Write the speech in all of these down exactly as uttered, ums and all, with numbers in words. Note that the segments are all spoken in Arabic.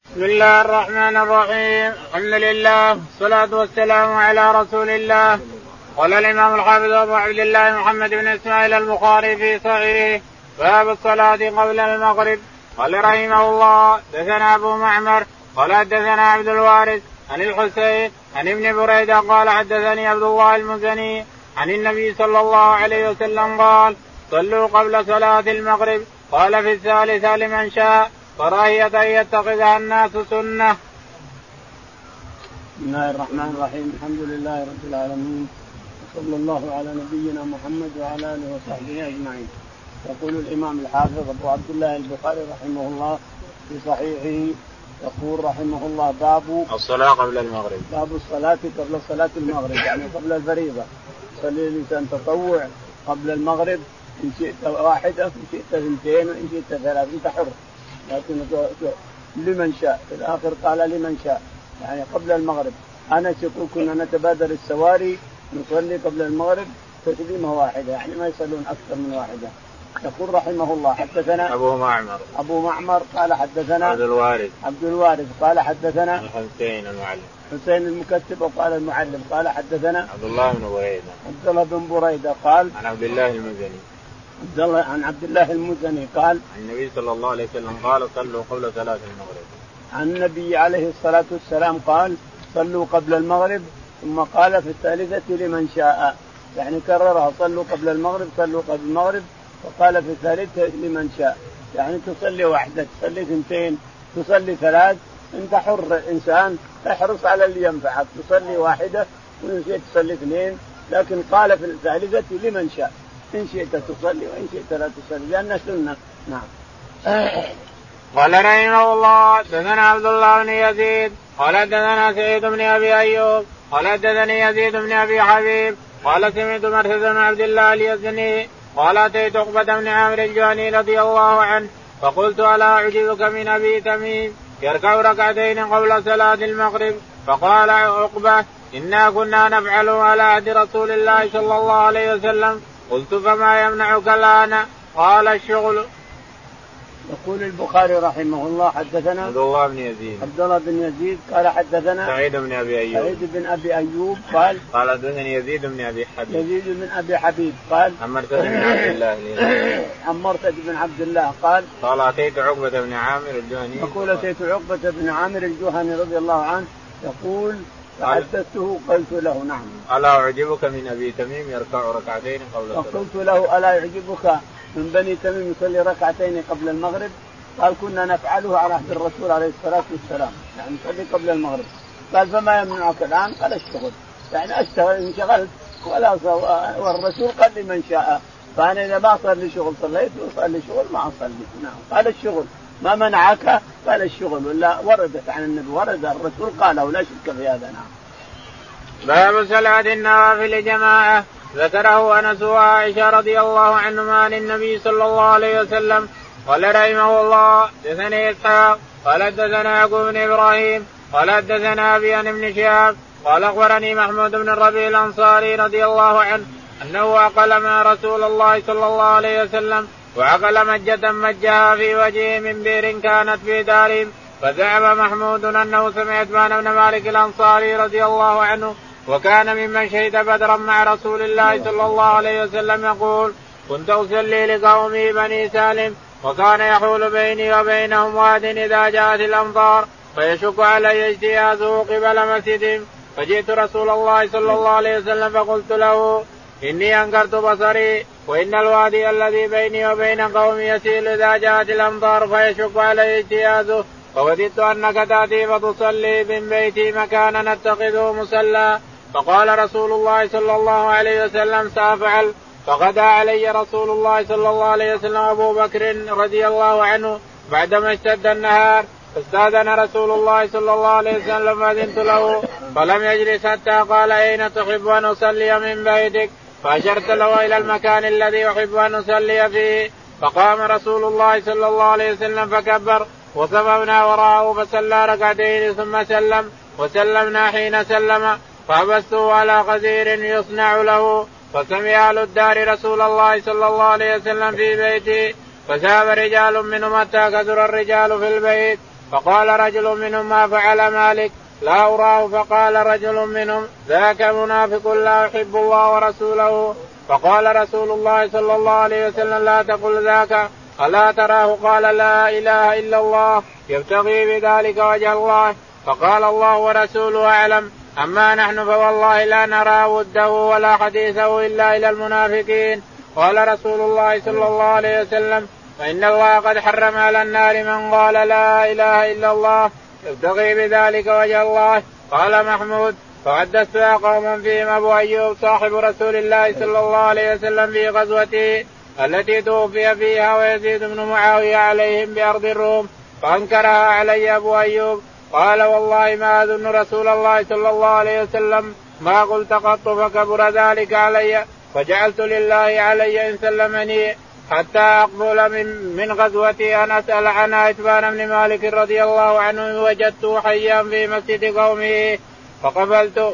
بسم الله الرحمن الرحيم. الحمد لله والصلاة والسلام على رسول الله. قال الإمام الحافظ أبو عبد الله محمد بن إسماعيل البخاري في صحيحه باب الصلاة قبل المغرب. قال رحمه الله دثنا أبو معمر قال حدثنا عبد الوارث عن الحسين عن ابن بريدة قال حدثني عبد الله المزني عن النبي صلى الله عليه وسلم قال صلوا قبل صلاة المغرب. قال في الثالثة لمن شاء كراهية أن يتخذها الناس سنة. بسم الله الرحمن الرحيم. الحمد لله رب العالمين وصلى الله على نبينا محمد وعلى آله وصحبه أجمعين. يقول الإمام الحافظ أبو عبد الله البخاري رحمه الله في صحيحه يقول رحمه الله باب الصلاة قبل المغرب. باب الصلاة قبل صلاة المغرب يعني قبل الفريضة. يصلي الإنسان تطوع قبل المغرب إن شئت واحدة إن شئت اثنتين وإن شئت ثلاث أنت حر، لكن لمن شاء في الآخر قال لمن شاء يعني قبل المغرب. أنا يقول كنا نتبادل السواري نصلي قبل المغرب تسليمة واحدة يعني ما يصلون أكثر من واحدة. يقول رحمه الله حدثنا أبو معمر أبو معمر قال حدثنا عبد الوارث عبد الوارث قال حدثنا الحسين المعلم حسين المكتب وقال المعلم قال حدثنا عبد الله بن بريدة عبد الله بن بريدة قال عن عبد الله المزني عبد الله عن عبد الله المزني قال عن النبي صلى الله عليه وسلم قال صلوا قبل صلاة المغرب. عن النبي عليه الصلاة والسلام قال صلوا قبل المغرب ثم قال في الثالثة لمن شاء يعني كررها صلوا قبل المغرب صلوا قبل المغرب وقال في الثالثة لمن شاء يعني تصلي واحدة تصلي اثنتين تصلي ثلاث انت حر انسان احرص على اللي ينفعك تصلي واحدة وإن شئت تصلي اثنين لكن قال في الثالثة لمن شاء إن شئت تصلي وإن شئت لا تصلي لأنها سنة. نعم. قال رحمه الله دثنا عبد الله بن يزيد قال دثنا سعيد بن أبي أيوب قال دثني يزيد بن أبي حبيب قال سمعت مرثد بن عبد الله اليزني قال أتيت عقبة بن عامر الجهني رضي الله عنه فقلت ألا أعجبك من أبي تميم يركع ركعتين قبل صلاة المغرب؟ فقال عقبة إنا كنا نفعل على عهد رسول الله صلى الله عليه وسلم. قلت فما يمنعك الآن؟ قال الشغل. يقول البخاري رحمه الله حدثنا عبد الله بن يزيد عبد الله بن يزيد قال حدثنا سعيد بن أبي أيوب سعيد بن أبي أيوب قال قال حدثني يزيد بن أبي حبيب يزيد بن أبي حبيب قال عن مرثد بن عبد الله عن مرثد بن عبد الله قال قال أتيت عقبة بن عامر الجهني يقول أتيت عقبة بن عامر الجهني رضي الله عنه يقول فحدثته قلت له نعم ألا أعجبك من أبي تميم يركع ركعتين قبل الصلاة؟ فقلت له ألا يعجبك من بني تميم يصلي ركعتين قبل المغرب؟ قال كنا نفعله على عهد الرسول عليه الصلاة والسلام يعني نصلي قبل المغرب. قال فما يمنعك الآن؟ قال اشتغل يعني اشتغل انشغلت ولا والرسول قال لمن شاء فأنا إذا ما صار لي شغل صليت وصلي شغل ما أصلي. نعم. قال الشغل ما منعك؟ قال الشغل ولا وردت عن النبي ورد الرسول قاله ولا شك في هذا. نعم. باب صلاة النوافل جماعة. ذكره أنس وعائشة رضي الله عنهما عن النبي صلى الله عليه وسلم. قال رحمه الله دثني إسحاق قال حدثنا يعقوب بن إبراهيم قال حدثنا أبي عن ابن شهاب قال أخبرني محمود بن الربيع الأنصاري رضي الله عنه أنه عقل مع رسول الله صلى الله عليه وسلم وعقل مجة مجها في وجهه من بئر كانت في دارهم. فزعم محمود أنه سمع عتبان بن مالك الأنصاري رضي الله عنه وكان ممن شهد بدرا مع رسول الله صلى الله عليه وسلم يقول كنت أصلي لقومي بني سالم وكان يحول بيني وبينهم واد إذا جاءت الأمطار فيشك علي اجتيازه قبل مسجدهم. فجئت رسول الله صلى الله عليه وسلم فقلت له إني أنكرت بصري وإن الوادي الذي بيني وبين قومي يسيل إذا جاءت الأمطار فيشك علي اجتيازه فوددت أنك تأتي فتصلي من بيتي مكانا نتخذه مصلى. فقال رسول الله صلى الله عليه وسلم سأفعل. فغدا علي رسول الله صلى الله عليه وسلم أبو بكر رضي الله عنه بعدما اشتد النهار فاستأذن رسول الله صلى الله عليه وسلم فأذنت له فلم يجلس حتى قال أين تحب أن أصلي من بيتك؟ فأشرت له إلى المكان الذي أحب أن أصلي فيه. فقام رسول الله صلى الله عليه وسلم فكبر وصففنا وراءه فصلى ركعتين ثم سلم وسلمنا حين سلم فحبسته على قدير يصنع له. فسمع أهل الدار رسول الله صلى الله عليه وسلم في بيته فذهب رجال منهم حتى كثر الرجال في البيت فقال رجل منهم ما فعل مالك لا أراه. فقال رجل منهم ذاك منافق لا يحب الله ورسوله. فقال رسول الله صلى الله عليه وسلم لا تقل ذاك ألا تراه قال لا إله إلا الله يبتغي بذلك وجه الله. فقال الله ورسوله أعلم أما نحن فوالله لا نرى وده ولا حديثه إلا إلى المنافقين. قال رسول الله صلى الله عليه وسلم فإن الله قد حرم على النار من قال لا إله إلا الله يبتغي بذلك وجه الله. قال محمود فحدثت قوما فيهم أبو أيوب صاحب رسول الله صلى الله عليه وسلم في غزوته التي توفي فيها ويزيد بن معاوية عليهم بأرض الروم فأنكرها علي أبو أيوب. قال والله ما أظن رسول الله صلى الله عليه وسلم ما قلت قط فكبر ذلك علي فجعلت لله علي إن سلمني حتى أقبل من, من غزوتي أن أسأل عن عتبان بن مالك رضي الله عنه وجدته حيا في مسجد قومه فقبلت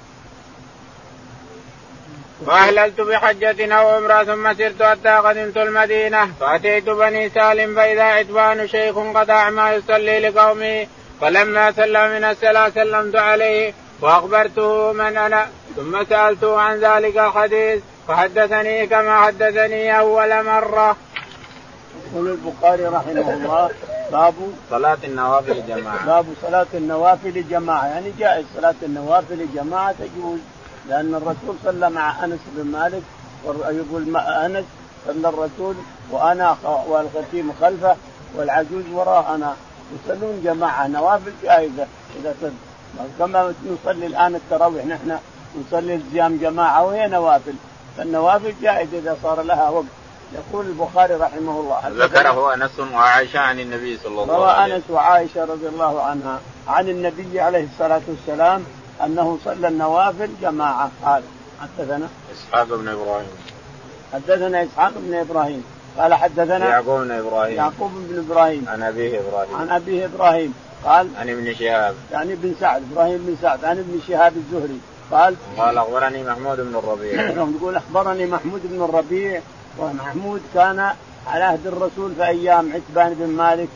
فأهللت بحجة أو عمرة ثم سرت حتى قدمت المدينة فأتيت بني سالم فإذا عتبان شيخ قد أعمى يصلي لقومه فلما سلم من الصلاة سلمت عليه وأخبرته من أنا ثم سألته عن ذلك الحديث فحدثني كما حدثني أول مرة. يقول البخاري رحمه الله باب صلاة النوافل جماعة. باب صلاة النوافل جماعة يعني جائز صلاة النوافل جماعة تجوز لأن الرسول صلى مع أنس بن مالك يقول مع أنس صلى الرسول وأنا والختيم خلفه والعجوز وراءنا يصلون جماعة نوافل جائزة إذا صد كما نصلي الآن التراويح نحن نصلي الصيام جماعة وهي نوافل فالنوافل جائزة إذا صار لها وقت. يقول البخاري رحمه الله ذكره أنس وعائشة عن النبي صلى الله عليه وسلم. روى أنس وعائشة رضي الله عنها عن النبي عليه الصلاة والسلام أنه صلى النوافل جماعة. قال حدثنا إسحاق بن إبراهيم حدثنا إسحاق بن إبراهيم قال حدثنا يعقوب بن إبراهيم يعقوب بن إبراهيم عن أبيه إبراهيم عن أبيه إبراهيم قال عن ابن شهاب يعني بن سعد إبراهيم بن سعد عن ابن شهاب الزهري قال قال أخبرني محمود بن الربيع يقول أخبرني محمود بن الربيع ومحمود كان على عهد الرسول في أيام عتبان بن مالك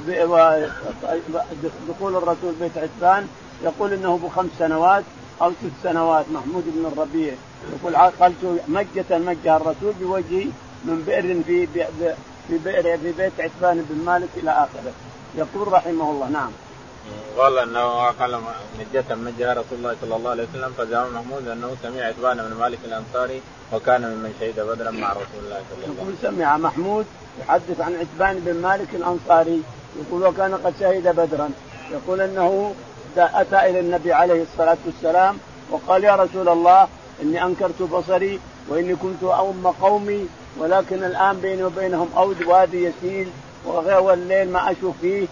ودخول الرسول بيت عتبان يقول إنه بخمس سنوات أو ست سنوات محمود بن الربيع يقول عقلت مجة مجة الرسول بوجهي من بئر في في بئر في بيت عتبان بن مالك إلى آخره. يقول رحمه الله نعم قال انه قال مجة مجة رسول الله صلى الله عليه وسلم فزعم محمود انه سمع عتبان بن مالك الانصاري وكان ممن شهد بدرا مع رسول الله صلى الله عليه وسلم. سمع محمود يحدث عن عتبان بن مالك الانصاري يقول وكان قد شهد بدرا يقول انه اتى الى النبي عليه الصلاة والسلام وقال يا رسول الله اني انكرت بصري واني كنت أؤم قومي ولكن الان بيني وبينهم اود وادي يسيل وغير الليل ما اشوف فيه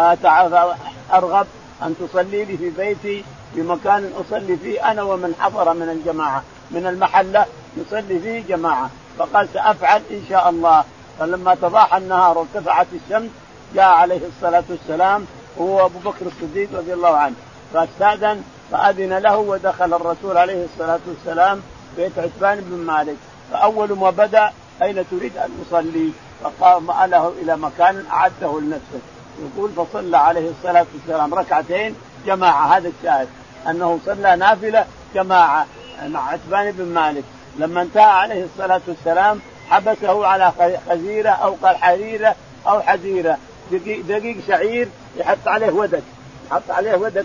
فأرغب أن تصلي لي في بيتي في مكان أصلي فيه أنا ومن حضر من الجماعة من المحلة نصلي فيه جماعة. فقال سأفعل إن شاء الله. فلما تضاحى النهار وارتفعت الشمس جاء عليه الصلاة والسلام هو أبو بكر الصديق رضي الله عنه فاستأذن فأذن له ودخل الرسول عليه الصلاة والسلام بيت عتبان بن مالك. فأول ما بدأ أين تريد أن تصلي؟ فقام له إلى مكان أعده لنفسه. يقول فصلى عليه الصلاة والسلام ركعتين جماعة. هذا الشاهد أنه صلى نافلة جماعة مع عتبان بن مالك. لما انتهى عليه الصلاة والسلام حبسه على خزيرة أو قال حريرة أو حزيرة دقيق, دقيق شعير يحط عليه ودك يحط عليه ودك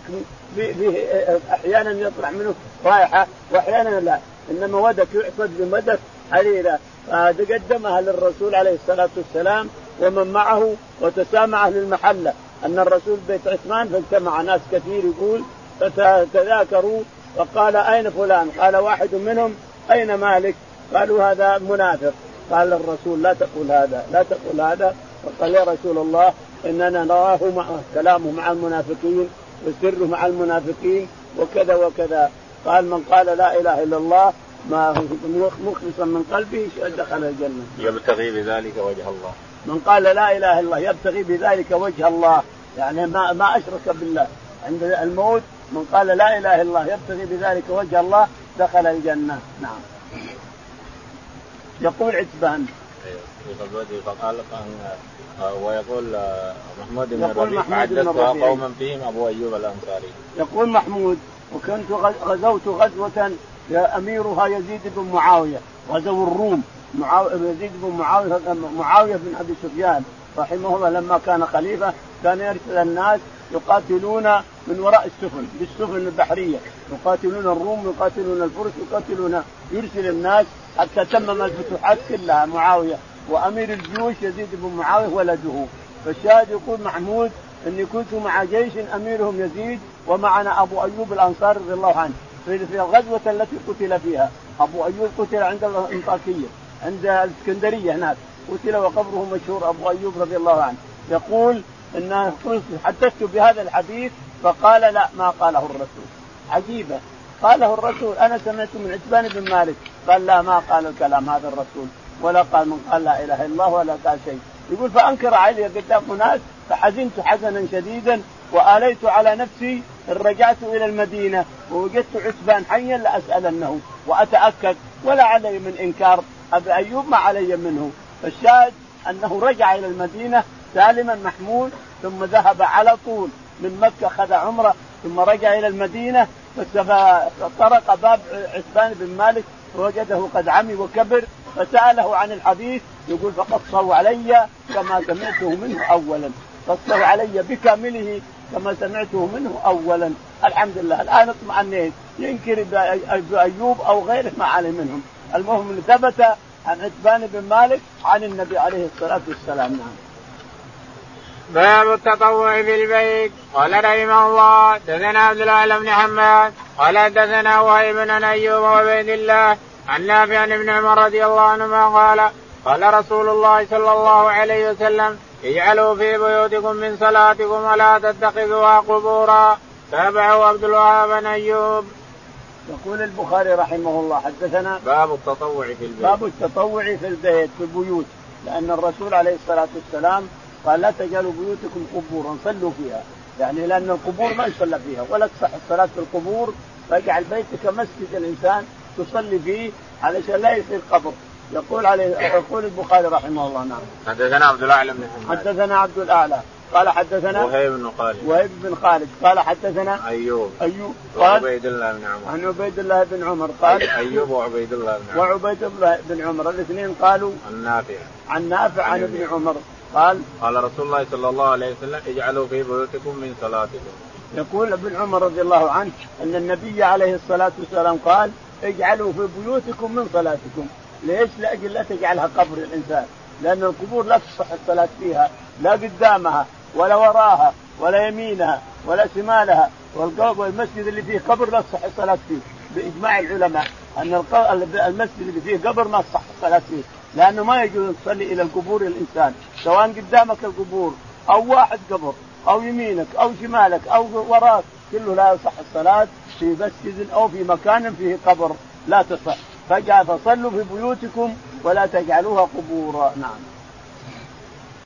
أحيانا يطلع منه رائحة وأحيانا لا إنما ودك يعصد بمدك حريرة. فقدمها للرسول عليه الصلاة والسلام ومن معه وتسامع أهل المحلة أن الرسول بيت عثمان فاجتمع ناس كثير يقول فتذاكروا فقال أين فلان؟ قال واحد منهم أين مالك؟ قالوا هذا منافق. قال الرسول لا تقول هذا لا تقول هذا. فقال يا رسول الله إننا نراه مع كلامه مع المنافقين وسره مع المنافقين وكذا وكذا. قال من قال لا إله إلا الله ما مخلصا من قلبه دخل الجنة يبتغي بذلك وجه الله. من قال لا إله إلا الله يبتغي بذلك وجه الله يعني ما ما أشرك بالله عند الموت. من قال لا إله إلا الله يبتغي بذلك وجه الله دخل الجنة. نعم. يقول عتبان في غزوته فقال ويقول محمود بن يقول الربيع محمود بن حدثت الربيع قوما فيهم أبو أيوب الأنصاري. يقول محمود وكنت غزوت غزوة أميرها يزيد بن معاوية، غزو الروم يزيد بن معاوية معاوية بن أبي سفيان رحمه الله لما كان خليفة كان يرسل الناس يقاتلون من وراء السفن بالسفن البحرية، يقاتلون الروم يقاتلون الفرس يقاتلون، يرسل الناس حتى تمم الفتوحات كلها معاوية، وأمير الجيوش يزيد بن معاوية ولده. فالشاهد يقول محمود إني كنت مع جيش أميرهم يزيد ومعنا أبو أيوب الأنصاري رضي الله عنه في الغزوة التي قتل فيها. أبو أيوب قتل عند الأنطاكية عند الإسكندرية هناك قتل وقبره مشهور أبو أيوب رضي الله عنه. يقول إن حدثت بهذا الحديث فقال لا ما قاله الرسول. عجيبة، قاله الرسول أنا سمعت من عتبان بن مالك قال لا ما قال الكلام هذا الرسول ولا قال من قال لا إله إلا الله ولا قال شيء. يقول فأنكر علي قدام ناس فحزنت حزنا شديدا وآليت على نفسي إن رجعت إلى المدينة ووجدت عتبان حيا لأسألنه وأتأكد ولا علي من إنكار أبي أيوب ما علي منه. فالشاهد أنه رجع إلى المدينة سالما محمود ثم ذهب على طول من مكة خذ عمره ثم رجع إلى المدينة فطرق باب عتبان بن مالك ووجده قد عمي وكبر فسأله عن الحديث يقول فقصه علي كما سمعته منه أولا، قصه علي بكامله كما سمعته منه أولا. الحمد لله الآن اطمأنيت ينكر أيوب أو غيره ما عليه منهم، المهم ثبت عن عتبان بن مالك عن النبي عليه الصلاة والسلام. نعم. باب التطوع في البيت. قال رحمه الله دثنا عبد الله بن حماد قال دثنا وهيب بن أيوب وعبيد الله عن نافع عن ابن عمر رضي الله عنهما قال قال رسول الله صلى الله عليه وسلم اجعلوا في بيوتكم من صلاتكم ولا تتخذوها قبورا. تابعه عبد الوهاب بن أيوب. يقول البخاري رحمه الله حدثنا باب التطوع في البيت. باب التطوع في البيت في البيوت، لأن الرسول عليه الصلاة والسلام قال لا تجعلوا بيوتكم قبورا صلوا فيها، يعني لأن القبور ما يصلى فيها ولا تصح الصلاة في القبور، فاجعل بيتك مسجد الإنسان تصلي فيه علشان لا يصير قبر. يقول عليه يقول البخاري رحمه الله. نعم. حدثنا عبد الأعلى بن حماد حدثنا عبد الأعلى قال حدثنا وهيب بن خالد وهيب بن خالد قال حدثنا أيوب أيوب قال وعبيد الله بن عمر عن عبيد الله بن عمر قال أيوب وعبيد الله بن عمر وعبيد الله بن عمر الاثنين قالوا عن نافع عن نافع عن ابن عمر قال قال رسول الله صلى الله عليه وسلم اجعلوا في بيوتكم من صلاتكم. يقول ابن عمر رضي الله عنه أن النبي عليه الصلاة والسلام قال اجعلوا في بيوتكم من صلاتكم. ليش؟ لأجل لا تجعلها قبر الإنسان، لأن القبور لا تصح الصلاة فيها لا قدامها ولا وراها ولا يمينها ولا شمالها، والمسجد اللي فيه قبر لا تصح الصلاة فيه بإجماع العلماء أن المسجد اللي فيه قبر ما تصح الصلاة فيه، لأنه ما يجوز تصلي إلى القبور الإنسان سواء قدامك القبور أو واحد قبر أو يمينك أو شمالك أو وراك كله لا يصح الصلاة في مسجد أو في مكان فيه قبر لا تصح. فجعل فصلوا في بيوتكم ولا تجعلوها قبورا. نعم.